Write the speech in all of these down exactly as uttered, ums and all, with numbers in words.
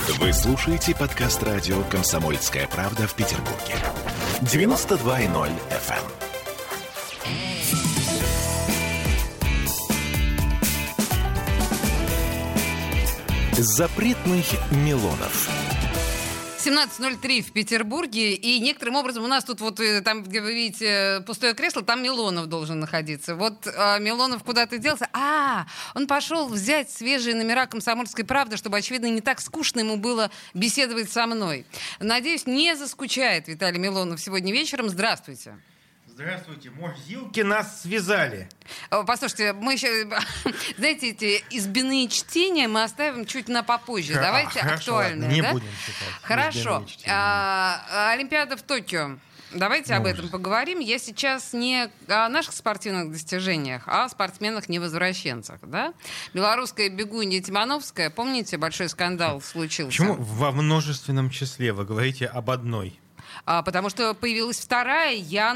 Вы слушаете подкаст радио «Комсомольская правда» в Петербурге. девяносто два и ноль эф эм. Запретных Милонов. семнадцать ноль три в Петербурге, и некоторым образом у нас тут вот, там, где вы видите пустое кресло, там Милонов должен находиться. Вот а, Милонов куда-то делся. А, он пошел взять свежие номера «Комсомольской правды», чтобы, очевидно, не так скучно ему было беседовать со мной. Надеюсь, не заскучает Виталий Милонов сегодня вечером. Здравствуйте. Здравствуйте. Морзилки нас связали. Послушайте, мы еще, знаете, эти избиные чтения мы оставим чуть на попозже. А, Давайте хорошо, актуальные. Не да? будем читать. Хорошо. А, Олимпиада в Токио. Давайте ну, об этом поговорим. Я сейчас не о наших спортивных достижениях, а о спортсменах-невозвращенцах. Да? Белорусская бегунья Тимановская, помните, большой скандал случился? Почему во множественном числе вы говорите об одной? А, потому что появилась вторая.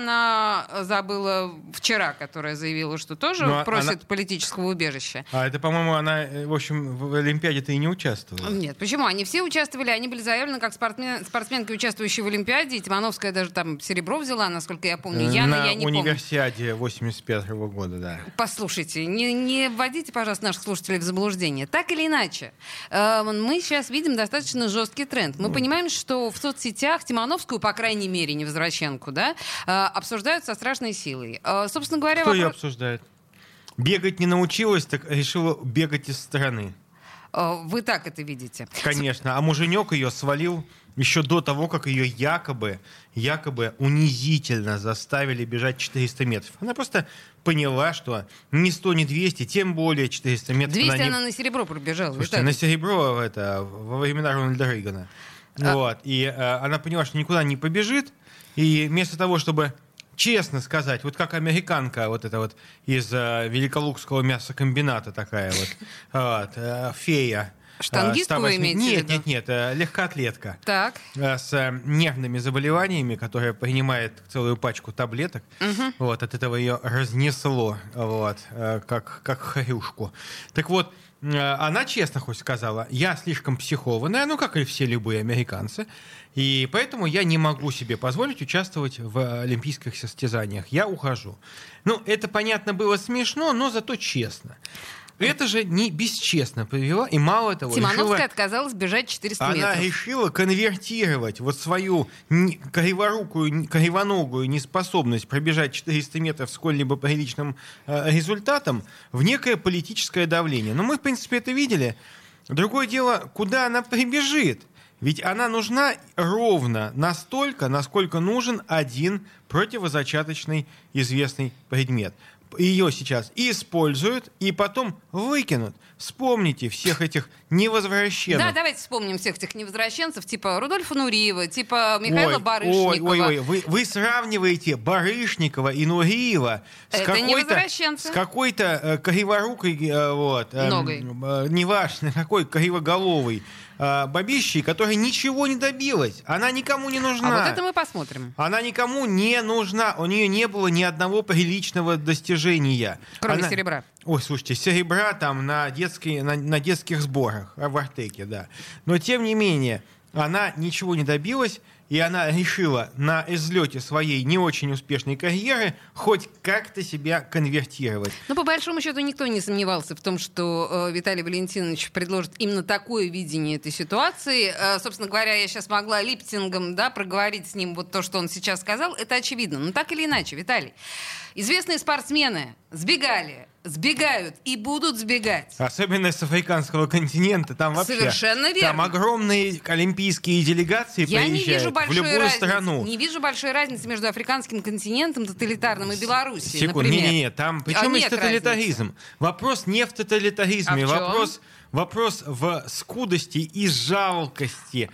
Яна забыла вчера, которая заявила, что тоже ну, просит она... политического убежища. А это, по-моему, она, в общем, в Олимпиаде-то и не участвовала. Нет, почему? Они все участвовали, они были заявлены как спортсмен, спортсменки, участвующие в Олимпиаде. И Тимановская даже там серебро взяла, насколько я помню. Яна, На я не универсиаде восемьдесят пятого года, да. Послушайте, не, не вводите, пожалуйста, наших слушателей в заблуждение. Так или иначе, э, мы сейчас видим достаточно жесткий тренд. Мы mm. понимаем, что в соцсетях Тимановскую, по крайней мере, невозвращенку, да, э, обсуждают со страшной силой. Э, собственно говоря, Кто вопрос... ее обсуждает? Бегать не научилась, так решила бегать из страны. Э, вы так это видите? Конечно. А муженек ее свалил еще до того, как ее якобы, якобы унизительно заставили бежать четыреста метров. Она просто поняла, что ни сто, ни двести, тем более четыреста метров. двести она, не... она на серебро пробежала. Слушайте, на серебро это, во времена Рональда Рейгана. А... Вот. И э, она поняла, что никуда не побежит. И вместо того, чтобы честно сказать, вот как американка вот эта вот из э, Великолукского мясокомбината такая вот, вот э, фея. Штангистку вы имеете в виду? Нет, нет, нет, э, легкоатлетка. Так. Э, с э, нервными заболеваниями, которая принимает целую пачку таблеток. Угу. Вот, от этого ее разнесло, вот, э, как, как хрюшку. Так вот, она честно хоть сказала, я слишком психованная, ну, как и все любые американцы, и поэтому я не могу себе позволить участвовать в олимпийских состязаниях. Я ухожу. Ну, это, понятно, было смешно, но зато честно. Это же не бесчестно повела, и мало того... Тимановская решила, отказалась бежать четыреста метров. Она решила конвертировать вот свою криворукую, кривоногую неспособность пробежать четыреста метров с сколь-либо приличным э, результатом в некое политическое давление. Но мы, в принципе, это видели. Другое дело, куда она прибежит. Ведь она нужна ровно настолько, насколько нужен один противозачаточный известный предмет. Ее сейчас используют и потом выкинут. Вспомните всех этих невозвращенцев. Да, давайте вспомним всех этих невозвращенцев, типа Рудольфа Нуриева, типа Михаила ой, Барышникова. Ой, ой, ой, вы, вы сравниваете Барышникова и Нуриева с Это какой-то, с какой-то э, криворукой, э, вот, э, ногой. Э, неважно, какой кривоголовой э, бабищей, которая ничего не добилась. Она никому не нужна. А вот это мы посмотрим. Она никому не нужна. У нее не было ни одного приличного достижения. Кроме Она... серебра. Ой, слушайте, серебра там на, детские, на, на детских сборах, в Артеке, да. Но, тем не менее, она ничего не добилась, и она решила на излете своей не очень успешной карьеры хоть как-то себя конвертировать. Ну, по большому счету, никто не сомневался в том, что э, Виталий Валентинович предложит именно такое видение этой ситуации. Э, собственно говоря, я сейчас могла липтингом, да, проговорить с ним вот то, что он сейчас сказал. Это очевидно. Но так или иначе, Виталий, известные спортсмены сбегали, сбегают и будут сбегать. Особенно с африканского континента. Там вообще... Совершенно верно. Там огромные олимпийские делегации Я приезжают в любую разницы, страну. Не вижу большой разницы между африканским континентом, тоталитарным и Белоруссией, Секунду, например. не-не-не, там... Причем а есть тоталитаризм? Разницы. Вопрос не в тоталитаризме, а в вопрос... Вопрос в скудости и жалкости,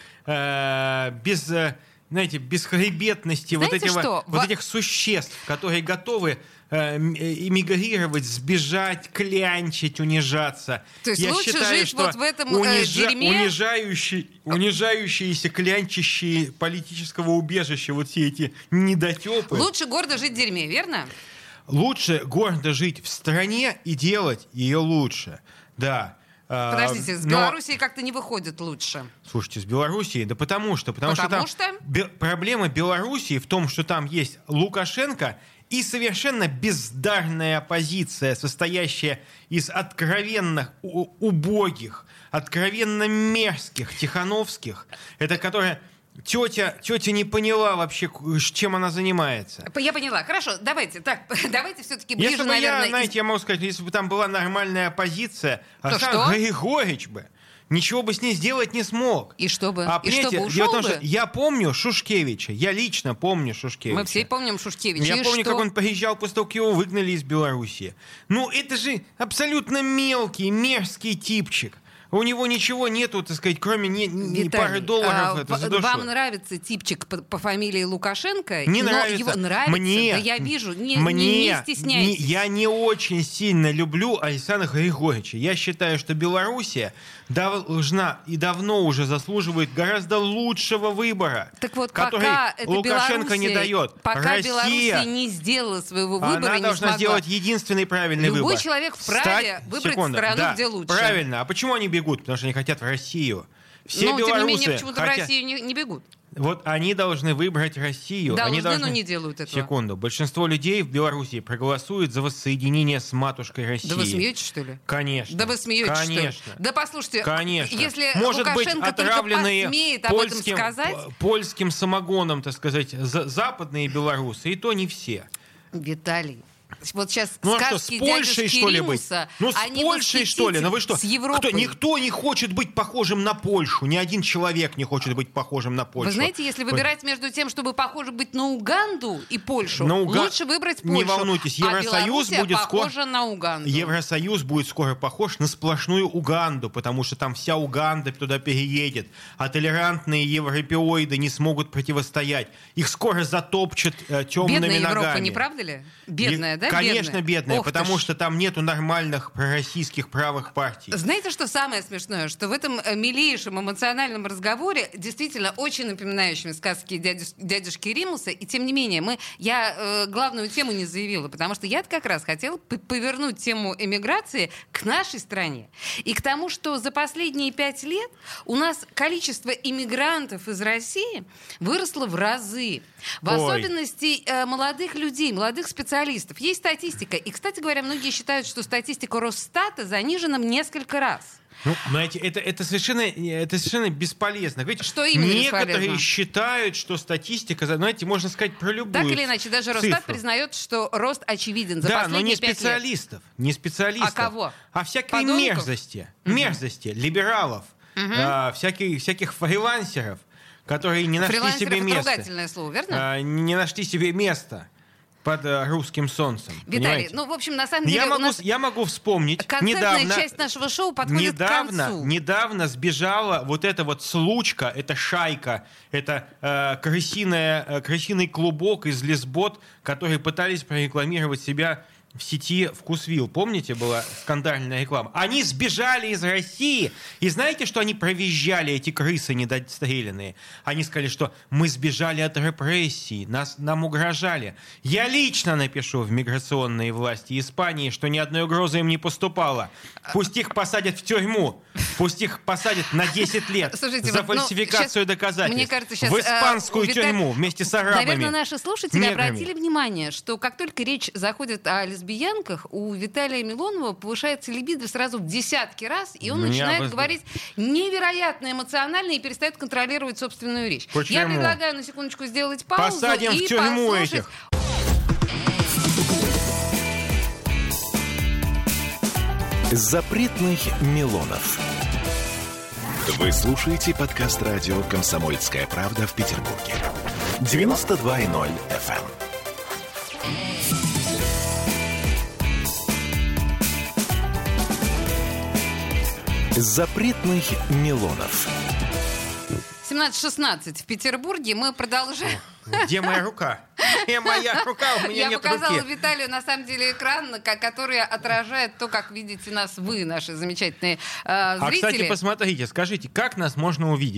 э, без, знаете, бесхребетности вот, этих, вот Во... этих существ, которые готовы э, эмигрировать, сбежать, клянчить, унижаться. То есть Я лучше считаю, жить что вот в этом унижа... э, дерьме? Унижающие, унижающиеся, клянчащие политического убежища вот все эти недотепы. Лучше гордо жить в дерьме, верно? Лучше гордо жить в стране и делать ее лучше. Да. Подождите, с но... Белоруссией как-то не выходит лучше. Слушайте, с Белоруссией, да потому что, потому, потому что, там что? Бе- проблема Белоруссии в том, что там есть Лукашенко и совершенно бездарная оппозиция, состоящая из откровенных у- убогих, откровенно мерзких, тихановских, это которая... Тетя, тетя не поняла вообще, чем она занимается. Я поняла. Хорошо, давайте, так, давайте все-таки ближе, если бы наверное... я, знаете, я могу сказать, если бы там была нормальная оппозиция, Александр Григорьевич бы ничего бы с ней сделать не смог. И что бы? А, и что бы, ушел том, бы? Что я помню Шушкевича, я лично помню Шушкевича. Мы все помним Шушкевича. Я и помню, что? как он приезжал после того, как его выгнали из Белоруссии. Ну, это же абсолютно мелкий, мерзкий типчик. У него ничего нету, так сказать, кроме не, не Виталий, пары долларов. а, это за душу. Вам нравится типчик по, по фамилии Лукашенко? Не но нравится. Его нравится? Мне, да я вижу. Не, мне, не, не стесняйтесь. Не, я не очень сильно люблю Александра Григорьевича. Я считаю, что Белоруссия должна и давно уже заслуживает гораздо лучшего выбора, так вот, который пока это Лукашенко не дает. Пока Россия, Белоруссия не сделала своего выбора, она не должна смогла. сделать единственный правильный Любой выбор. Любой человек вправе Стать... выбрать Секунду. страну, да, где лучше. Правильно. А почему они бегут? Потому что они хотят в Россию. Все но, белорусы тем не менее, почему-то хотят... в Россию не, не бегут. Вот они должны выбрать Россию. Да, они должны, должны... но не делают этого. Секунду. Большинство людей в Беларуси проголосуют за воссоединение с матушкой России. Да вы смеетесь, что ли? Конечно. Да вы смеетесь, Конечно. что ли? Да послушайте, Конечно. если Может Лукашенко быть, отравленные только посмеет об польским, этом сказать... польским самогоном, так сказать, за- западные белорусы, и то не все. Виталий, вот сейчас Ну а сказки что, с Польшей, дядюшки что ли, быть? Римуса, Ну с они Польшей, что ли? Ну вы что? С Европой. Кто, никто не хочет быть похожим на Польшу. Ни один человек не хочет быть похожим на Польшу. Вы знаете, если выбирать между тем, чтобы похоже быть на Уганду и Польшу, на Уга... лучше выбрать Польшу. Не волнуйтесь, Евросоюз а будет скоро... похожа на Уганду. Евросоюз будет скоро похож на сплошную Уганду, потому что там вся Уганда туда переедет, а толерантные европеоиды не смогут противостоять. Их скоро затопчут э, темными Бедная ногами. Европа, не правда ли? Бедная, И, да? Конечно, бедная, бедная, Ох потому ж. что там нету нормальных пророссийских правых партий. Знаете, что самое смешное? Что в этом э, милейшем эмоциональном разговоре, действительно очень напоминающем сказки дядюш- дядюшки Римуса, и тем не менее, мы, я э, главную тему не заявила, потому что я как раз хотела п- повернуть тему эмиграции к нашей стране. И к тому, что за последние пять лет у нас количество иммигрантов из России выросло в разы. В Ой. особенности э, молодых людей, молодых специалистов. Есть статистика. И, кстати говоря, многие считают, что статистика Росстата занижена в несколько раз. Ну, знаете, это, это, совершенно, это совершенно бесполезно. Видите, Что именно некоторые бесполезно? считают, что статистика, знаете, можно сказать про любую Так или иначе, даже Росстат цифру. признает, что рост очевиден за Да, но последние не пять лет. специалистов. Не специалистов. А кого? А всякой Подонков? мерзости. Мерзости, либералов, а, всяких, всяких фрилансеров, которые не нашли Фрилансеров себе — это места. ругательное слово, верно? А, не нашли себе места под а, русским солнцем. Виталий, понимаете? ну, в общем, на самом деле я, у могу, нас я могу вспомнить концертная недавно, часть нашего шоу подходит недавно, к концу. недавно сбежала вот эта вот случка, эта шайка, это э, крысиная, э, крысиный клубок из лесбот, которые пытались прорекламировать себя в сети «Вкусвилл». Помните, была скандальная реклама? Они сбежали из России. И знаете, что они провизжали, эти крысы недостреленные? Они сказали, что мы сбежали от репрессий, нас, нам угрожали. Я лично напишу в миграционные власти Испании, что ни одной угрозы им не поступало. Пусть их посадят в тюрьму. Пусть их посадят на десять лет Слушайте, за вот, ну, фальсификацию щас, доказательств. мне кажется, сейчас, в испанскую э, у Вита- тюрьму вместе с арабами. Наверное, наши слушатели неграми. обратили внимание, что как только речь заходит о лесбиянках, у Виталия Милонова повышается либидо сразу в десятки раз, и он Меня начинает бы- говорить невероятно эмоционально и перестает контролировать собственную речь. Почему? Я предлагаю на секундочку сделать паузу Посадим и в тюрьму послушать... этих. Запретных Милонов. Вы слушаете подкаст радио «Комсомольская правда» в Петербурге. девяносто два и ноль эф эм. Запретных Милонов. семнадцать шестнадцать в Петербурге. Мы продолжаем... Где моя рука? Где моя рука? У меня Я нет показала руки. Виталию, на самом деле, экран, ка- который отражает то, как видите нас вы, наши замечательные э, А, зрители. кстати, посмотрите, скажите, как нас можно увидеть?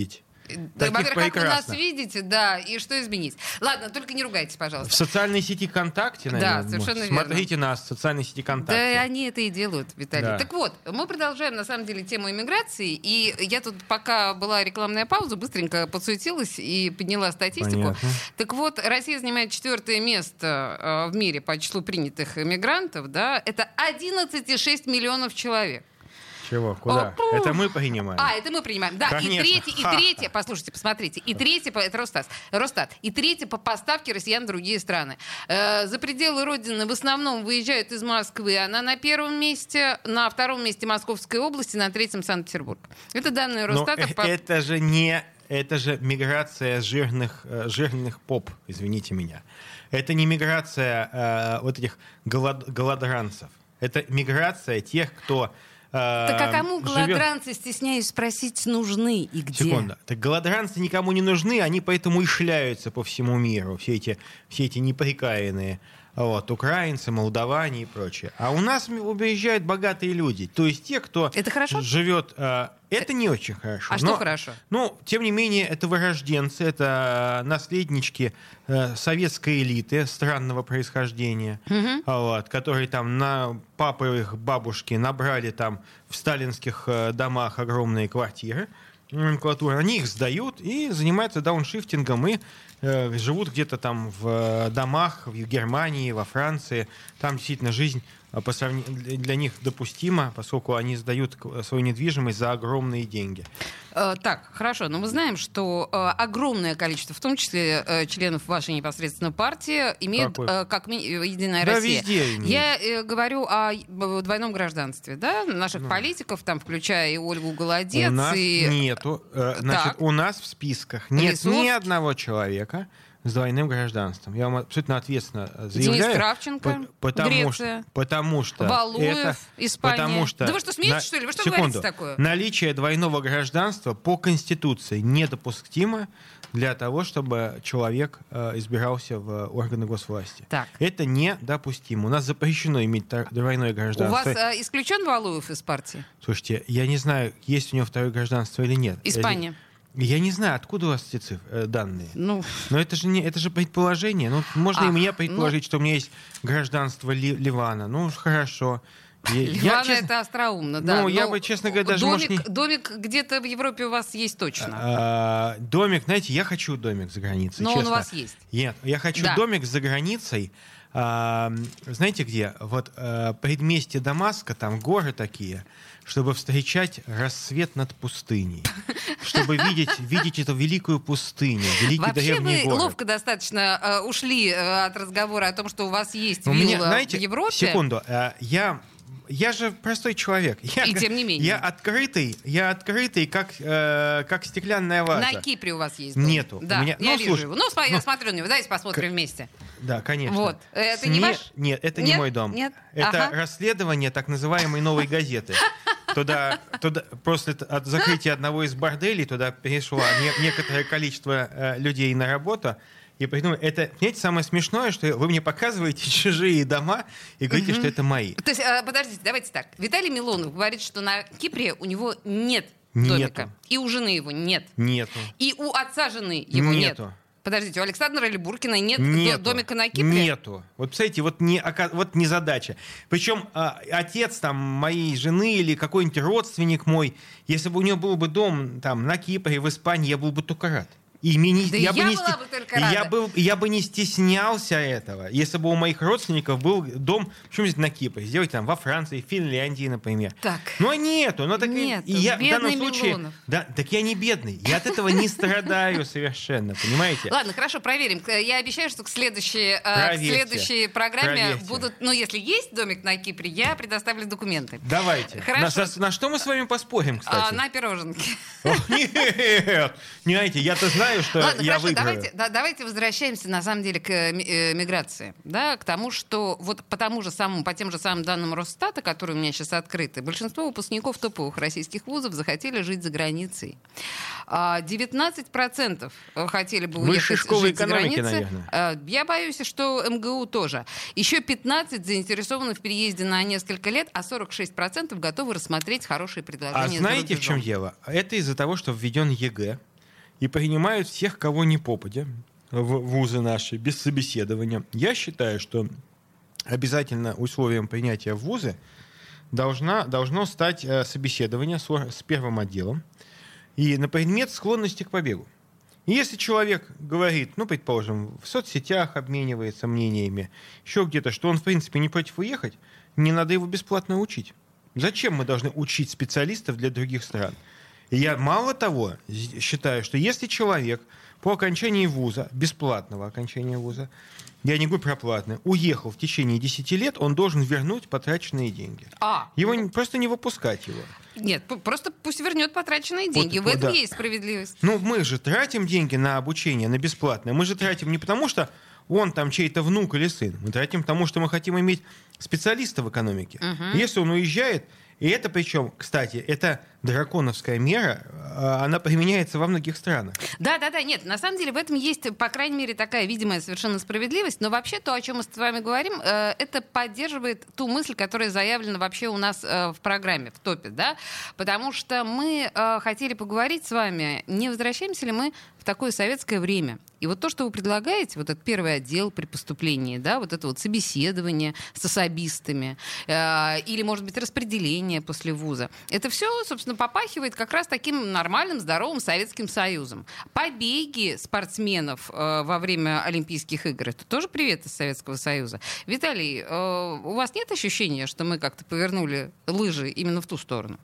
Во-первых, как вы нас прекрасно. видите, да, и что изменить. Ладно, только не ругайтесь, В пожалуйста. социальной сети ВКонтакте, Да, наверное. совершенно Смотрите нас в социальной сети ВКонтакте. Да, они это и делают, Виталий. Да. Так вот, мы продолжаем, на самом деле, тему иммиграции. И я тут, пока была рекламная пауза, быстренько подсуетилась и подняла статистику. Понятно. Так вот, Россия занимает четвертое место э, в мире по числу принятых иммигрантов. Да? Это одиннадцать целых шесть десятых миллионов человек. Чего? Куда? Опу. Это мы принимаем. А, это мы принимаем. Да, Конечно. и третье, и Ха. третье, послушайте, посмотрите, и третье, по- это Росстат, Росстат, и третье по поставке россиян в другие страны. Э, за пределы Родины в основном выезжают из Москвы, она на первом месте, на втором месте Московской области, на третьем Санкт-Петербург. Это данные Но Росстата. э- по- это же не... Это же миграция жирных, э, жирных поп, извините меня. Это не миграция э, вот этих голод- голодранцев. Это миграция тех, кто... Так а кому живет- голодранцы, стесняюсь спросить, нужны и где? Секунду. Так голодранцы никому не нужны, они поэтому и шляются по всему миру, все эти, все эти неприкаянные вот, украинцы, молдаване и прочее. А у нас уезжают богатые люди, то есть те, кто Это хорошо? живет... э, Это не очень хорошо. А что хорошо? Ну, тем не менее, это вырожденцы, это наследнички э, советской элиты странного происхождения, вот, которые там на папы их бабушки набрали там в сталинских э, домах огромные квартиры, номенклатуры. Они их сдают и занимаются дауншифтингом и э, живут где-то там в э, домах в Германии, во Франции. Там действительно жизнь э, по сравнению, для для них допустима, поскольку они сдают к- свою недвижимость за огромные деньги. Э, Так, хорошо, но мы знаем, что э, огромное количество, в том числе э, членов вашей непосредственно партии, имеют Какой? э, как ми- э, Единая Да, Россия. везде имеют. Я э, говорю о э, двойном гражданстве, да, наших политиков, там, включая и Ольгу Голодец, У нас и... нету, э, значит, Так. у нас в списках нет Лисов. ни одного человека с двойным гражданством. Я вам абсолютно ответственно Денис заявляю. Кравченко, по- потому Греция. Что, потому что Валуев, это, Испания. Потому что Да вы что, смеетесь, что ли? Вы что секунду, говорите такое? Наличие двойного гражданства по Конституции недопустимо для того, чтобы человек э, избирался в органы госвласти. Так. Это недопустимо. У нас запрещено иметь та- двойное У гражданство. вас э, исключен Валуев из партии? Слушайте, я не знаю, есть у него второе гражданство или нет. Испания. Я не знаю, откуда у вас эти цифры, э, данные. Ну, Но это же, не, это же предположение. Ну, можно и Ах, мне предположить, что у меня есть гражданство Ли- Ливана. Ну, хорошо. Я- я, Ливана честно- это остроумно, да. Ну, я Но бы, честно говоря, даже, домик, может, не- домик где-то в Европе у вас есть точно. А, домик, знаете, я хочу домик за границей, Но он у честно. вас есть. Нет, я хочу Да. домик за границей. А, знаете где? Вот а, предместье Дамаска, там горы такие, чтобы встречать рассвет над пустыней, чтобы видеть, видеть эту великую пустыню, великий Вообще древний вы город. ловко достаточно э, ушли э, от разговора о том, что у вас есть У вилла меня, знаете, в Европе. секунду, а, я я же простой человек. Я, И тем не менее. Я открытый, я открытый, как, э, как стеклянная ваза. На Кипре у вас есть дом. Нету. Да, У меня- я ну, вижу слушай, его. Ну, см- я ну, смотрю на него. Давайте посмотрим вместе. Да, конечно. Вот. Это не Сме- ваш? Нет, это Нет? не мой дом. Нет? Это Ага. расследование так называемой «Новой газеты». Туда, туда, после т- от закрытия одного из борделей туда перешло не- некоторое количество э, людей на работу. И придумали, это, понимаете, самое смешное, что вы мне показываете чужие дома и говорите, что это мои. То есть, э, подождите, давайте так. Виталий Милонов говорит, что на Кипре у него нет Нету. домика. И у жены его нет. Нету. И у отца жены его Нету. нет. Подождите, у Александра Лебуркина нет до- Нету. домика на Кипре? Нету. Вот, представляете, вот не, ока- вот не задача. Причем а, отец там моей жены или какой-нибудь родственник мой, если бы у него был бы дом там на Кипре, в Испании, я был бы только рад. И мне не- Да я, и бы я не была сте- бы только рада. я, был, я бы не стеснялся этого, если бы у моих родственников был дом, почему здесь на Кипре, сделать там во Франции, в Финляндии, например. Так. Но нету. Но так, и- Нету. и я в Бедный данном случае, Милонов. да, так я не бедный, я от этого не страдаю совершенно, понимаете? Ладно, хорошо, проверим. К- Я обещаю, что к следующей, э, к Проверьте. следующей программе Проверьте. будут... Ну, если есть домик на Кипре, я предоставлю документы. Давайте. Хорошо. На, на что мы с вами поспорим, кстати? А, на пироженке. О, нет! Не знаете, я-то знаю, что Ладно, я хорошо, выиграю. давайте, да, давайте возвращаемся на самом деле к э, ми- э, миграции, да, к тому, что вот по тому же самому, по тем же самым данным Росстата, которые у меня сейчас открыты, большинство выпускников топовых российских вузов захотели жить за границей. А, девятнадцать процентов хотели бы Высшей уехать школы жить за экономики, границей. наверное. А, Я боюсь, что эм гэ у тоже. Еще пятнадцать заинтересованы в переезде на несколько лет, а сорок шесть процентов готовы рассмотреть хорошие А предложения. за знаете, в чем рубежом. дело? Это из-за того, что введен ЕГЭ. и принимают всех, кого ни попадя, в вузы наши, без собеседования. Я считаю, что обязательно условием принятия в вузы должна, должно стать собеседование с, с первым отделом и на предмет склонности к побегу. И если человек говорит, ну, предположим, в соцсетях обменивается мнениями, еще где-то, что он, в принципе, не против уехать, не надо его бесплатно учить. Зачем мы должны учить специалистов для других стран? И я, мало того, считаю, что если человек по окончании вуза, бесплатного окончания вуза, я не говорю про платное, уехал в течение десяти лет, он должен вернуть потраченные деньги. А, его ну, просто не выпускать его. Нет, просто пусть вернет потраченные деньги. Вот, в этом да. есть справедливость. Ну, мы же тратим деньги на обучение, на бесплатное. Мы же тратим не потому, что он там чей-то внук или сын. Мы тратим потому, что мы хотим иметь специалиста в экономике. Uh-huh. Если он уезжает, и это причем, кстати, это драконовская мера, она применяется во многих странах. Да, да, да, нет, на самом деле в этом есть, по крайней мере, такая видимая совершенно справедливость, но вообще то, о чем мы с вами говорим, это поддерживает ту мысль, которая заявлена вообще у нас в программе, в топе, да, потому что мы хотели поговорить с вами, не возвращаемся ли мы в такое советское время. И вот то, что вы предлагаете, вот этот первый отдел при поступлении, да, вот это вот собеседование с особистами, э, или, может быть, распределение после вуза, это все, собственно, попахивает как раз таким нормальным, здоровым Советским Союзом. Побеги спортсменов э, во время Олимпийских игр — это тоже привет из Советского Союза. Виталий, э, у вас нет ощущения, что мы как-то повернули лыжи именно в ту сторону?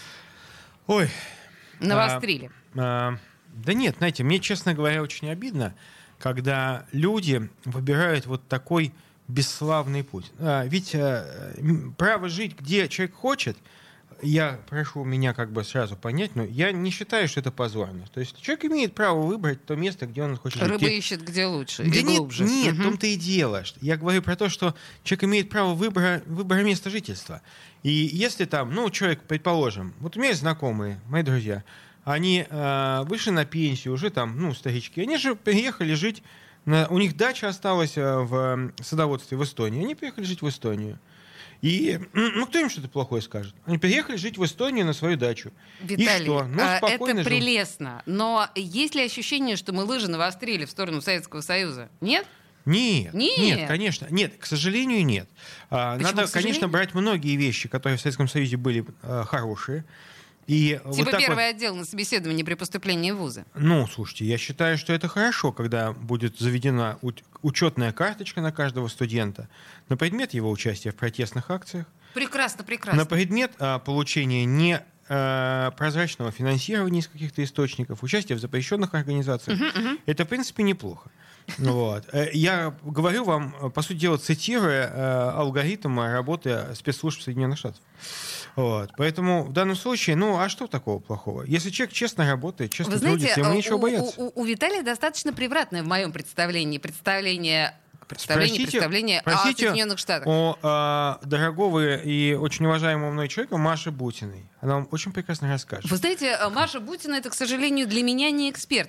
Ой. Навострили. А, а... Да нет, знаете, мне, честно говоря, очень обидно, когда люди выбирают вот такой бесславный путь. А, ведь а, право жить, где человек хочет, я прошу меня как бы сразу понять, но я не считаю, что это позорно. То есть человек имеет право выбрать то место, где он хочет жить. Рыба ищет где лучше да и нет, глубже. Нет, угу. в том-то и дело. Я говорю про то, что человек имеет право выбора, выбора места жительства. И если там, ну, человек, предположим, вот у меня есть знакомые, мои друзья, они э, вышли на пенсию, уже там, ну, старички. Они же приехали жить, на, у них дача осталась э, в садоводстве в Эстонии. Они приехали жить в Эстонию. И, ну, кто им что-то плохое скажет? Они приехали жить в Эстонию на свою дачу. Виталий, и что? Ну, это жил. прелестно. Но есть ли ощущение, что мы лыжи навострили в сторону Советского Союза? Нет? Нет, нет, нет, конечно, нет, к сожалению, нет. Почему, Надо, конечно, брать многие вещи, которые в Советском Союзе были э, хорошие. И типа вот первый вот, отдел на собеседовании при поступлении в вузы. Ну, слушайте, я считаю, что это хорошо, когда будет заведена учетная карточка на каждого студента на предмет его участия в протестных акциях. Прекрасно, прекрасно. На предмет а, получения не а, прозрачного финансирования из каких-то источников, участия в запрещенных организациях. Uh-huh, uh-huh. Это, в принципе, неплохо. Вот. Я говорю вам, по сути дела, цитируя алгоритм работы спецслужб Соединенных Штатов. Вот. Поэтому в данном случае, ну, а что такого плохого? Если человек честно работает, честно трудится, ему нечего у, бояться. У, у, у Виталия достаточно превратное в моем представлении представление, представление, Спросите, представление спросите о Соединенных Штатах. О а, дорогого и очень уважаемого мной человека Маше Бутиной. Она вам очень прекрасно расскажет. Вы знаете, Маша Бутина — это, к сожалению, для меня не эксперт.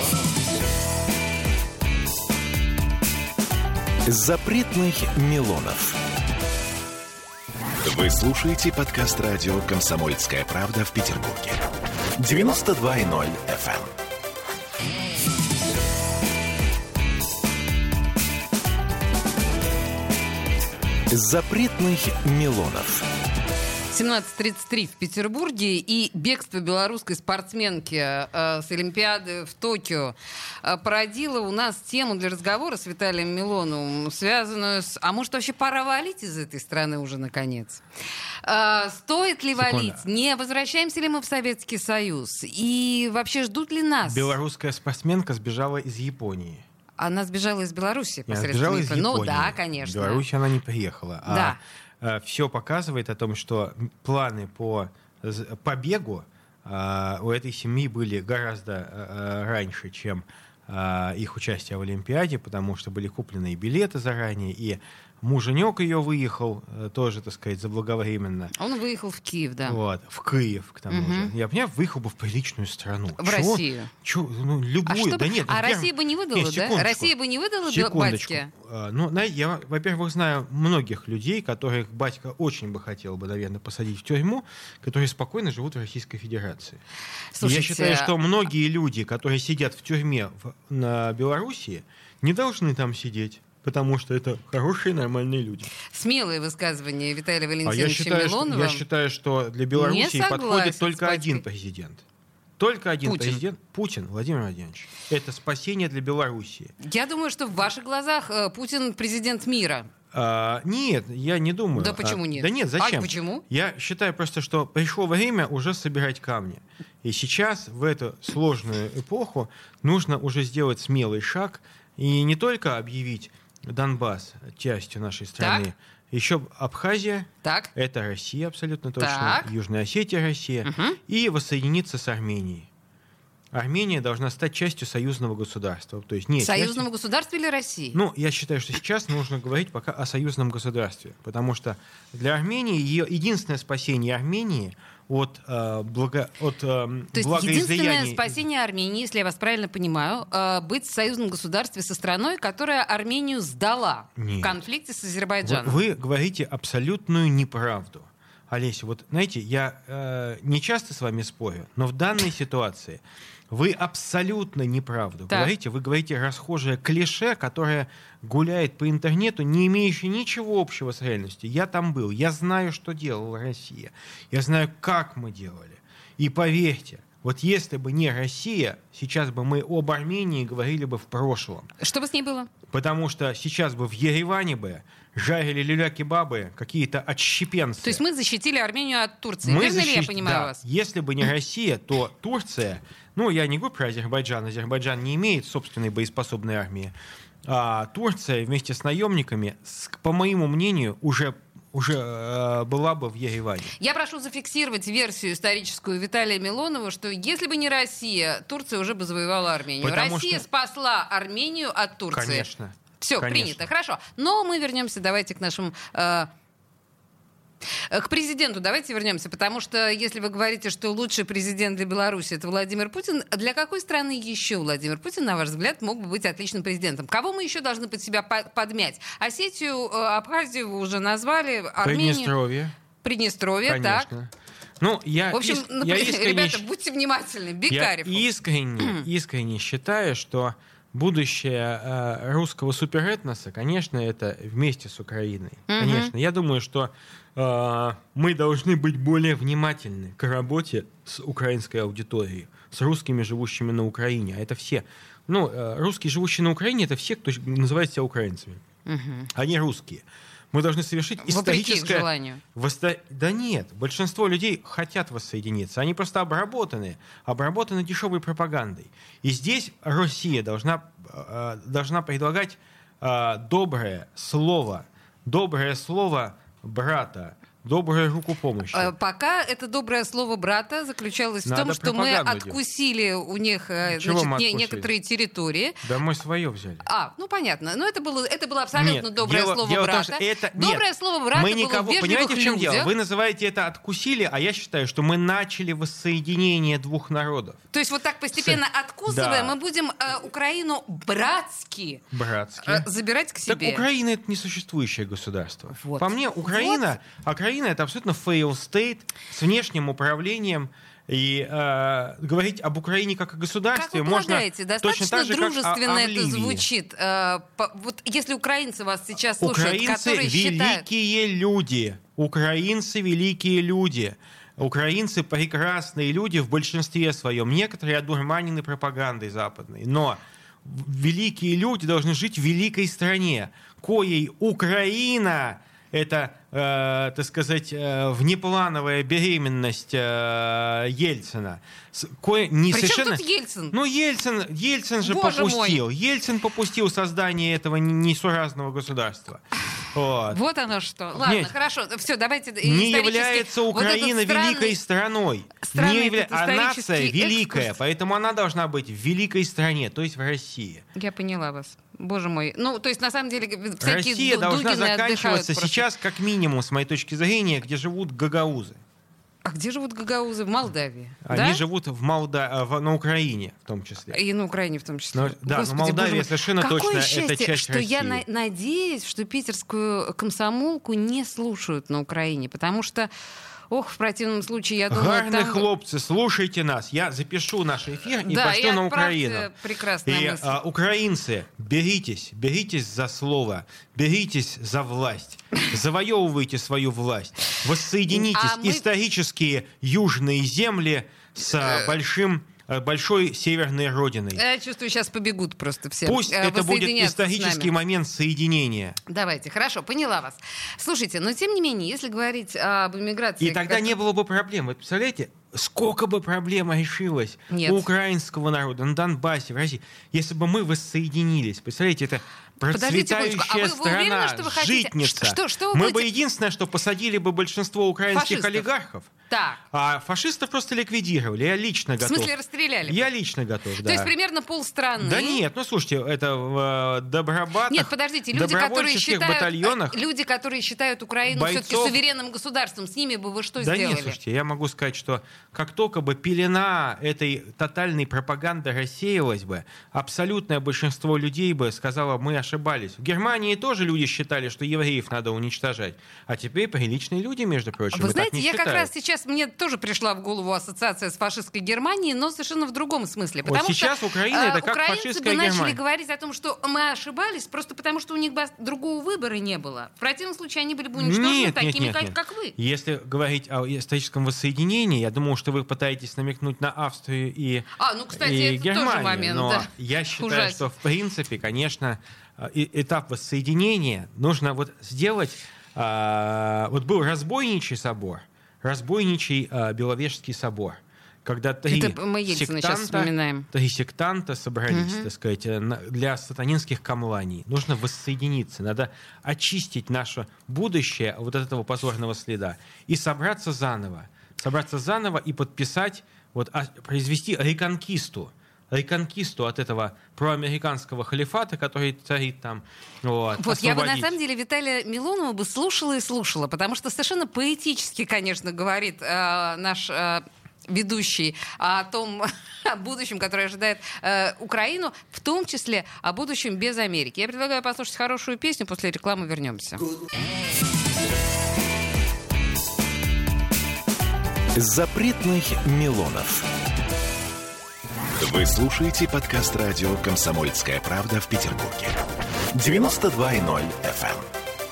Запретных Милонов. Вы слушаете подкаст радио «Комсомольская правда» в Петербурге. девяносто два и ноль эф эм. Запретных Милонов. семнадцать тридцать три в Петербурге, и бегство белорусской спортсменки э, с Олимпиады в Токио э, породило у нас тему для разговора с Виталием Милоновым, связанную с... А может, вообще пора валить из этой страны уже, наконец? Э, стоит ли Секунда. валить? Не возвращаемся ли мы в Советский Союз? И вообще ждут ли нас? Белорусская спортсменка сбежала из Японии. Она сбежала из Беларуси Она посредством... сбежала из Японии. Ну да, конечно. В Беларусь она не приехала. Да. А все показывает о том, что планы по побегу у этой семьи были гораздо раньше, чем их участие в Олимпиаде, потому что были куплены и билеты заранее, и Муженек ее выехал тоже, так сказать, заблаговременно. Он выехал в Киев, да. Вот, в Киев, к тому угу. же. Я понимаю, выехал бы в приличную страну. В Чего? Россию. Чего? Ну, любую. А, что... да нет, а я... Россия бы не выдала, нет, да? Россия бы не выдала батьке? А, ну, я, во-первых, знаю многих людей, которых батька очень бы хотел бы, наверное, посадить в тюрьму, которые спокойно живут в Российской Федерации. Слушайте... Я считаю, что многие люди, которые сидят в тюрьме в, на Белоруссии, не должны там сидеть. Потому что это хорошие, нормальные люди. Смелые высказывания Виталия Валентиновича а я считаю, Милонова. Что, я считаю, что для Белоруссии подходит только один президент. Только один Путин. президент. Путин, Владимир Владимирович. Это спасение для Белоруссии. Я думаю, что в ваших глазах Путин президент мира. А, нет, я не думаю. Да почему нет? А, да нет, зачем? А почему? Я считаю просто, что пришло время уже собирать камни. И сейчас, в эту сложную эпоху, нужно уже сделать смелый шаг и не только объявить Донбасс частью нашей страны. Так. Еще Абхазия, так. это Россия абсолютно точно, так. Южная Осетия Россия, угу. и воссоединиться с Арменией. Армения должна стать частью союзного государства. То есть, нет, союзного частью... государства или России? Ну, я считаю, что сейчас нужно говорить пока о союзном государстве, потому что для Армении ее единственное спасение Армении от, э, благо, от э, То есть единственное спасение Армении, если я вас правильно понимаю, э, быть в союзном государстве со страной, которая Армению сдала Нет. в конфликте с Азербайджаном. Вы, вы говорите абсолютную неправду. Олеся, вот знаете, я э, не часто с вами спорю, но в данной ситуации вы абсолютно неправду так. говорите. Вы говорите расхожее клише, которое гуляет по интернету, не имеющее ничего общего с реальностью. Я там был, я знаю, что делала Россия. Я знаю, как мы делали. И поверьте, вот если бы не Россия, сейчас бы мы об Армении говорили бы в прошлом. Что бы с ней было? Потому что сейчас бы в Ереване бы жарили люля-кебабы какие-то отщепенцы. То есть мы защитили Армению от Турции. Мы Верно защит... ли я понимаю да. вас? Если бы не Россия, то Турция... Ну, я не говорю про Азербайджан. Азербайджан не имеет собственной боеспособной армии. А Турция вместе с наемниками, по моему мнению, уже... уже э, была бы в Ереване. Я прошу зафиксировать версию историческую Виталия Милонова, что если бы не Россия, Турция уже бы завоевала Армению. Потому Россия что... спасла Армению от Турции. Конечно. Все, Конечно. принято, хорошо. Но мы вернемся, давайте к нашим... Э, к президенту давайте вернемся, потому что если вы говорите, что лучший президент для Беларуси это Владимир Путин, для какой страны еще Владимир Путин, на ваш взгляд, мог бы быть отличным президентом? Кого мы еще должны под себя подмять? Осетию, Абхазию вы уже назвали, Армению... Приднестровье. Приднестровье, Конечно. так. Ну, я В общем, иск... например, я искренне... ребята, будьте внимательны, Бекарев. Я искренне, искренне считаю, что будущее э, русского суперэтноса, конечно, это вместе с Украиной. Mm-hmm. Конечно. Я думаю, что э, мы должны быть более внимательны к работе с украинской аудиторией, с русскими, живущими на Украине. А это все. Ну, э, русские, живущие на Украине, это все, кто называет себя украинцами. Mm-hmm. Они русские. Мы должны совершить историческое... историческое... желанию. Восто... Да нет, большинство людей хотят воссоединиться. Они просто обработаны, обработаны дешевой пропагандой. И здесь Россия должна, э, должна предлагать э, доброе слово, доброе слово брата, добрую руку помощи. Пока это доброе слово брата заключалось Надо в том, что мы откусили делать. у них значит, не, некоторые территории. Да мы свое взяли. А, ну понятно. Но это было, это было абсолютно нет, доброе дело, слово дело брата. Том, это, доброе нет, слово брата мы было никого, в вежливых понимаете, в чем людях. дело? Вы называете это откусили, а я считаю, что мы начали воссоединение двух народов. То есть вот так постепенно С... откусывая, да. мы будем э, Украину братски, братски. Э, забирать к себе. Так Украина — это несуществующее государство. Вот. По мне, Украина, вот. Украина — это абсолютно fail state с внешним управлением. И э, говорить об Украине как о государстве как вы можно достаточно точно так же, дружественно как о, о это звучит. Э, по, вот если украинцы вас сейчас слушают, украинцы которые великие считают... люди. Украинцы великие люди. Украинцы прекрасные люди в большинстве своем. Некоторые одурманены пропагандой западной. Но великие люди должны жить в великой стране, коей Украина — это, э, так сказать, э, внеплановая беременность э, Ельцина. Кое не При совершенно... чем тут Ельцин? Ну, Ельцин, Ельцин же Боже попустил. мой. Ельцин попустил создание этого несуразного государства. Вот. вот оно что. Ладно, Нет. хорошо. Все, давайте. Не является Украина вот странный... великой страной. Не явля... А нация великая, экскурс. Поэтому она должна быть в великой стране, то есть в России. Я поняла вас. Боже мой. Ну, то есть, на самом деле, всякие Россия ду- должна заканчиваться просто. Сейчас, как минимум, с моей точки зрения, где живут гагаузы. А где живут гагаузы? В Молдавии. Они да? живут в Молда... в... на Украине, в том числе. И на Украине в том числе. Но, да, Господи, но Молдавия совершенно точно счастье, это часть что России. Я на- надеюсь, что питерскую комсомолку не слушают на Украине, потому что ох, в противном случае, я думаю... Гарные там... хлопцы, слушайте нас. Я запишу наш эфир и да, пошлю и на Украину. Прекрасная и, мысль. а, украинцы, беритесь, беритесь за слово, беритесь за власть, завоевывайте свою власть, воссоединитесь а мы... исторические южные земли с большим... большой северной родиной. Я чувствую, сейчас побегут просто все. Пусть это будет исторический момент соединения. Давайте, хорошо, поняла вас. Слушайте, но тем не менее, если говорить об иммиграции... И тогда как... не было бы проблем. Вы представляете, сколько бы проблем решилось Нет. у украинского народа на Донбассе, в России, если бы мы воссоединились. Представляете, это процветающая а вы, страна, вы уверены, что вы житница. Что, что вы мы будете... бы единственное, что посадили бы большинство украинских фашистов. олигархов, так. а фашистов просто ликвидировали. Я лично готов. В смысле расстреляли? Я лично готов, да. То есть примерно полстраны? Да нет, ну слушайте, это в э, добробатах, нет, подождите, люди, которые считают, батальонах, люди, которые считают Украину бойцов... все-таки суверенным государством, с ними бы вы что да сделали? Нет, слушайте, я могу сказать, что как только бы пелена этой тотальной пропаганды рассеялась бы, абсолютное большинство людей бы сказало, мы ошибались. В Германии тоже люди считали, что евреев надо уничтожать. А теперь приличные люди, между прочим, вы знаете, так не я считают. как раз сейчас, мне тоже пришла в голову ассоциация с фашистской Германией, но совершенно в другом смысле. Потому вот сейчас что, Украина это как украинцы фашистская бы начали Германия. говорить о том, что мы ошибались, просто потому что у них другого выбора не было. В противном случае они были бы уничтожены нет, такими, нет, как, нет. как вы. Если говорить о историческом воссоединении, я думаю, что вы пытаетесь намекнуть на Австрию и, а, ну, кстати, и это Германию. Тоже момент, но да. я считаю, Ужасен. что в принципе, конечно, этап воссоединения нужно вот сделать. Вот был разбойничий собор, разбойничий Беловежский собор, когда три сектанта, три сектанта собрались, угу. так сказать, для сатанинских камланий. Нужно воссоединиться, надо очистить наше будущее вот от этого позорного следа и собраться заново, собраться заново и подписать, вот, произвести реконкисту, реконкисту от этого проамериканского халифата, который царит там. Вот, вот я бы на самом деле Виталия Милонова бы слушала и слушала, потому что совершенно поэтически, конечно, говорит э, наш э, ведущий о том о будущем, которое ожидает э, Украину, в том числе о будущем без Америки. Я предлагаю послушать хорошую песню, после рекламы вернемся. Запретных Милонов. Вы слушаете подкаст радио «Комсомольская правда» в Петербурге. девяносто два и ноль эф эм.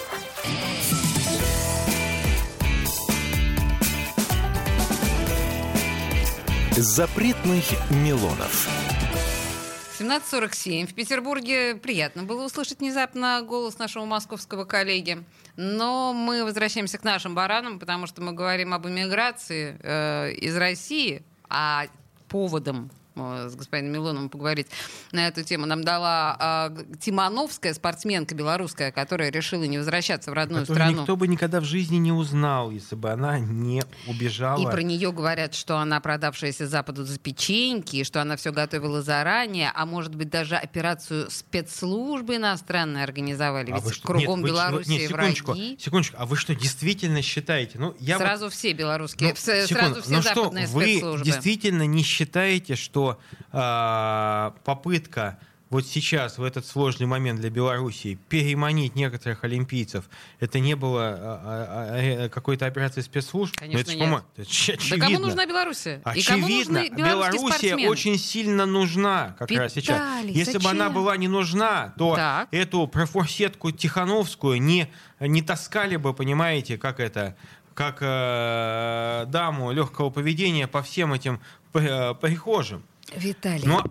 Запретных Милонов. семнадцать сорок семь. В Петербурге приятно было услышать внезапно голос нашего московского коллеги. Но мы возвращаемся к нашим баранам, потому что мы говорим об эмиграции э, из России, а поводом с господином Милоновым поговорить на эту тему нам дала э, Тимановская, спортсменка белорусская, которая решила не возвращаться в родную Которую страну. Никто бы никогда в жизни не узнал, если бы она не убежала. И про нее говорят, что она продавшаяся Западу за печеньки, что она все готовила заранее, а может быть даже операцию спецслужбы иностранные организовали. Ведь а кругом нет, Беларуси нет, секундочку, враги. Секундочку, а вы что, действительно считаете? Ну, я сразу вот, все белорусские, ну, сразу секунду, все ну западные что, спецслужбы. Вы действительно не считаете, что э, попытка вот сейчас, в этот сложный момент для Белоруссии, переманить некоторых олимпийцев, это не было а, а, какой-то операцией спецслужб? Конечно, это, нет. Это очевидно. Да кому нужна Белоруссия? Очевидно, и кому нужны Белоруссия очень сильно нужна как Виталий, раз сейчас. Если зачем? бы она была не нужна, то так. эту профурсетку Тихановскую не, не таскали бы, понимаете, как это... как э, даму легкого поведения по всем этим э, прихожим. Виталий, Но, а,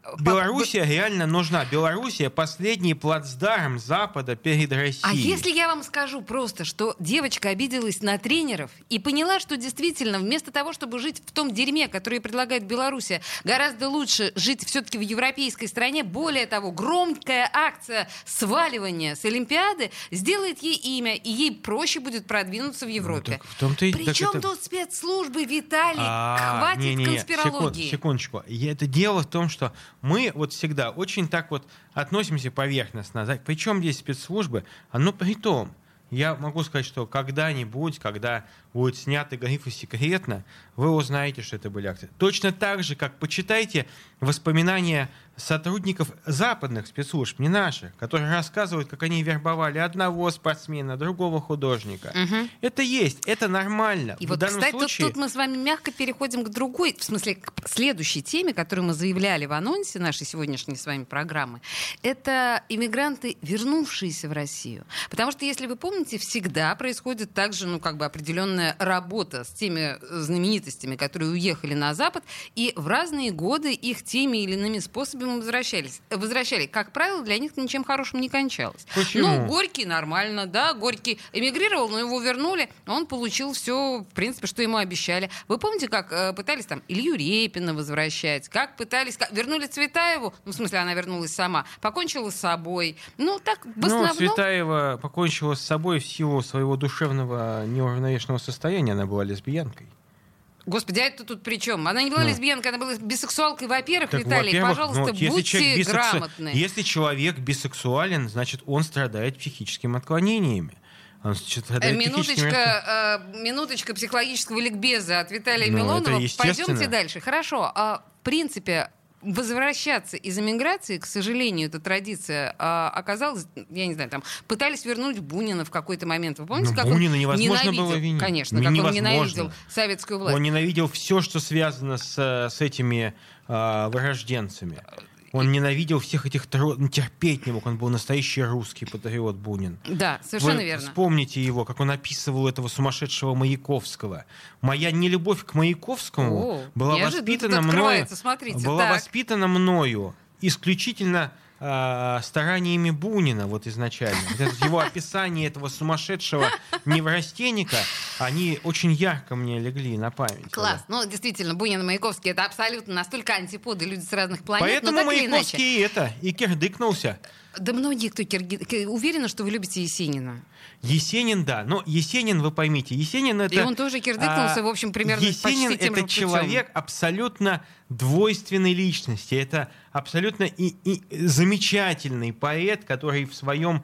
Белоруссия реально нужна. Белоруссия — последний плацдарм Запада перед Россией. А если я вам скажу просто, что девочка обиделась на тренеров и поняла, что действительно вместо того, чтобы жить в том дерьме, которое предлагает Белоруссия, гораздо лучше жить все-таки в европейской стране. Более того, громкая акция сваливания с Олимпиады сделает ей имя, и ей проще будет продвинуться в Европе. Ну, так в том-то и- Причем так это- тут спецслужбы, Виталий? А, Хватит не-не-не, конспирологии. секунд- секундочку. И это дело в том, что мы вот всегда очень так вот относимся поверхностно. За- Причем здесь спецслужбы? А ну при том, я могу сказать, что когда-нибудь, когда будут сняты грифы «секретно», вы узнаете, что это были акции. Точно так же, как почитайте воспоминания сотрудников западных спецслужб, не наших, которые рассказывают, как они вербовали одного спортсмена, другого художника. Мгм. Это есть, это нормально. И В вот, данном кстати, тут- случае... тут, мы с вами мягко переходим к другой, в смысле, к следующей теме, которую мы заявляли в анонсе нашей сегодняшней с вами программы. Это иммигранты, вернувшиеся в Россию. Потому что, если вы помните, всегда происходит также, ну, как бы определенная работа с теми знаменитостями, которые уехали на Запад, и в разные годы их теми или иными способами возвращались. Возвращали. Как правило, для них ничем хорошим не кончалось. Почему? Ну, Горький нормально, да, Горький эмигрировал, но его вернули, он получил все, в принципе, что ему обещали. Вы помните, как э, пытались там Илью Репина возвращать, как пытались, как, вернули Цветаеву, ну, в смысле, она вернулась сама, покончила с собой. Ну, так, в Ну, основном... Цветаева покончила с собой в силу своего душевного неуравновешенного состояния. Она была лесбиянкой. Господи, а это тут при чем? Она не была Ну. лесбиянкой, она была бисексуалкой. Во-первых, Так, Виталий, во-первых, пожалуйста, ну, если будьте человек бисексу- грамотны. Если человек бисексуален, значит, он страдает психическими отклонениями. Он Э, страдает психическими отклонениями. Минуточка, э, минуточка психологического ликбеза от Виталия Ну, Милонова. это естественно. Пойдемте дальше. Хорошо. А, в принципе, возвращаться из эмиграции, к сожалению, эта традиция а, оказалась, я не знаю, там, пытались вернуть Бунина в какой-то момент. Вы помните, Ну, как Бунина он невозможно ненавидел? было винить. Конечно, Ну, как он невозможно. ненавидел советскую власть. Он ненавидел все, что связано с, с этими а, вырожденцами. Он ненавидел всех этих... тро- ну, терпеть не мог. Он был настоящий русский патриот Бунин. Да, совершенно Вы верно. вспомните его, как он описывал этого сумасшедшего Маяковского. Моя нелюбовь к Маяковскому О, была неожиданно воспитана тут мною, открывается, смотрите, была так. воспитана мною исключительно а, стараниями Бунина вот изначально. Вот это его описание этого сумасшедшего неврастенника, они очень ярко мне легли на память. Класс. Ну, действительно, Бунин и Маяковский — это абсолютно настолько антиподы, люди с разных планет, Поэтому но так или иначе. Маяковский и это, и кирдыкнулся. Да многие, кто кирги... уверены, что вы любите Есенина. Есенин, да. Но Есенин, вы поймите, Есенин это... И он тоже кирдыкнулся, в общем, примерно Есенин почти тем это же путем. человек абсолютно двойственной личности. Это абсолютно и, и замечательный поэт, который в своем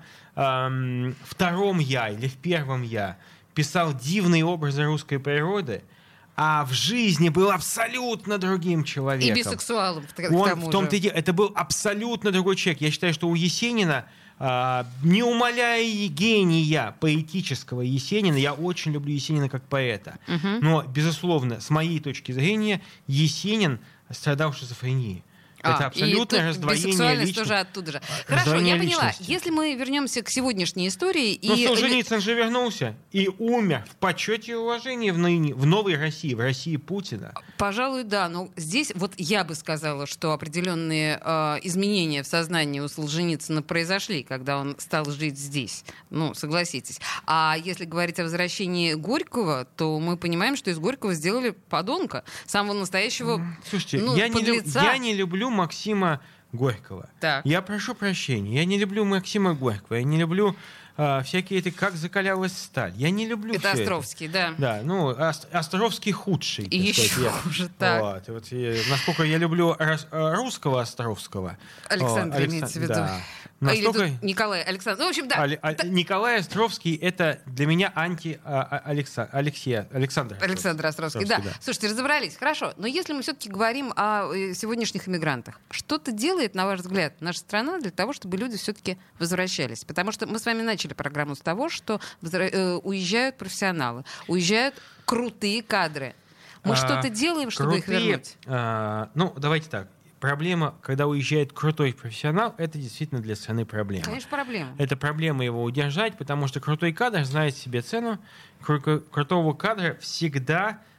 эм, втором «я» или в первом «я» писал дивные образы русской природы, а в жизни был абсолютно другим человеком. И бисексуалом, к к Он тому в том-то же. и дело, это был абсолютно другой человек. Я считаю, что у Есенина, а, не умаляя гения поэтического Есенина, я очень люблю Есенина как поэта. Мгм. Но, безусловно, с моей точки зрения, Есенин страдал шизофренией. Это А, абсолютное и тут раздвоение бисексуальность личности. тоже оттуда же. Хорошо, Раздвоение я поняла. личности. Если мы вернемся к сегодняшней истории... Но и... Солженицын же вернулся и умер в почете и уважении в, ныне, в новой России, в России Путина. Пожалуй, да. Но здесь вот я бы сказала, что определенные э, изменения в сознании у Солженицына произошли, когда он стал жить здесь. Ну, согласитесь. А если говорить о возвращении Горького, то мы понимаем, что из Горького сделали подонка. Самого настоящего Слушайте, ну, я, не люб- подлеца. я не люблю Максима Горького. Так. Я прошу прощения. Я не люблю Максима Горького. Я не люблю а, всякие эти «Как закалялась сталь». Я не люблю Это всё Островский, да. Да, ну, Ост- Островский худший. И так еще сказать. Я- хуже, так. Вот, и вот, и насколько я люблю рос- э, русского Островского. Александр О, имеется в виду. Да. А, или Настолько... тут Николай Александр. Ну, в общем, да. Али- а- Николай Островский — это для меня анти а, а, Алекса- Алексея, Александр. Александр Островский, да. Островский, да. Слушайте, разобрались. Хорошо. Но если мы все-таки говорим о э, сегодняшних иммигрантах, что-то делает, на ваш взгляд, наша страна для того, чтобы люди все-таки возвращались? Потому что мы с вами начали программу с того, что возра- э, уезжают профессионалы, уезжают крутые кадры. Мы А, что-то делаем, чтобы их крутые, вернуть? а, ну, давайте так. Проблема, когда уезжает крутой профессионал, это действительно для страны проблема. Конечно, проблема. Это проблема его удержать, потому что крутой кадр знает себе цену. Кру- крутого кадра всегда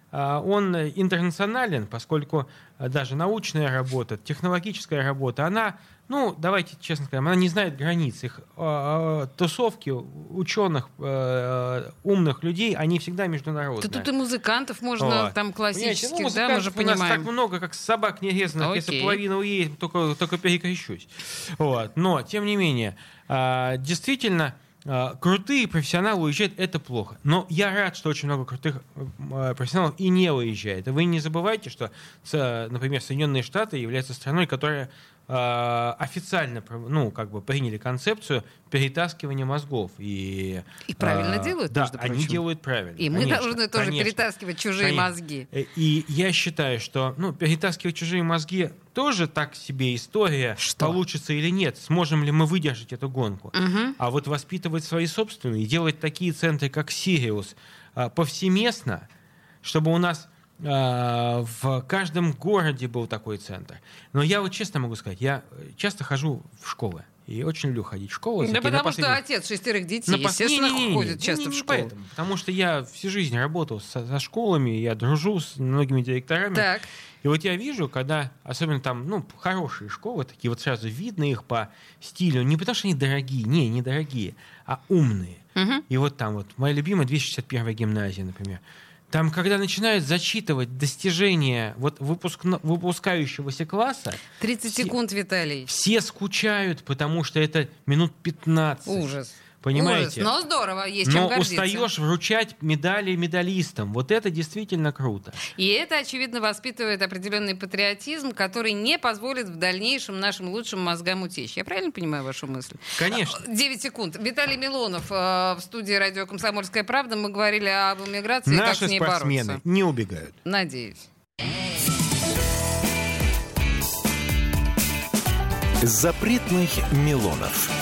он интернационален, поскольку даже научная работа, технологическая работа, она, ну, давайте честно скажем, она не знает границ. Их э, тусовки ученых, э, умных людей, они всегда международные. Да тут и музыкантов можно, вот. Там классических, ну, да, мы же понимаем. У нас так много, как собак нерезанных, Окей. Если половина уедет, только, только перекрещусь. Вот. Но, тем не менее, э, действительно, крутые профессионалы уезжают, это плохо. Но я рад, что очень много крутых профессионалов и не уезжает. Вы не забывайте, что, например, Соединенные Штаты являются страной, которая официально, ну, как бы приняли концепцию перетаскивания мозгов. И, и правильно а, делают, да, между прочим. Они делают правильно. И мы конечно, должны тоже конечно, перетаскивать чужие конечно. мозги. И я считаю, что ну, перетаскивать чужие мозги тоже так себе история, что? Получится или нет. Сможем ли мы выдержать эту гонку? Угу. А вот воспитывать свои собственные, делать такие центры, как Сириус, повсеместно, чтобы у нас в каждом городе был такой центр. Но я вот честно могу сказать, я часто хожу в школы. И очень люблю ходить в школу. Да потому что отец шестерых детей, на естественно, не, не, не, ходит не, часто не, не, в школу. Поэтому, потому что я всю жизнь работал со, со школами, я дружу с многими директорами. Так. И вот я вижу, когда, особенно там, ну, хорошие школы, такие вот сразу видно их по стилю, не потому что они дорогие, не, не дорогие, а умные. Угу. И вот там вот моя любимая двести шестьдесят первая гимназия, например. Там, когда начинают зачитывать достижения вот выпускно, выпускающегося класса... тридцать все, секунд, Виталий. Все скучают, потому что это минут пятнадцать. Ужас. Понимаете? Ужас. Но здорово, есть чем Но гордиться. устаешь вручать медали медалистам. Вот это действительно круто. И это, очевидно, воспитывает определенный патриотизм, который не позволит в дальнейшем нашим лучшим мозгам утечь. Я правильно понимаю вашу мысль? Конечно. девять секунд. Виталий Милонов э, в студии радио «Комсомольская правда». Мы говорили об эмиграции и как с ней бороться. Наши спортсмены не убегают. Надеюсь. Запретных Милонов.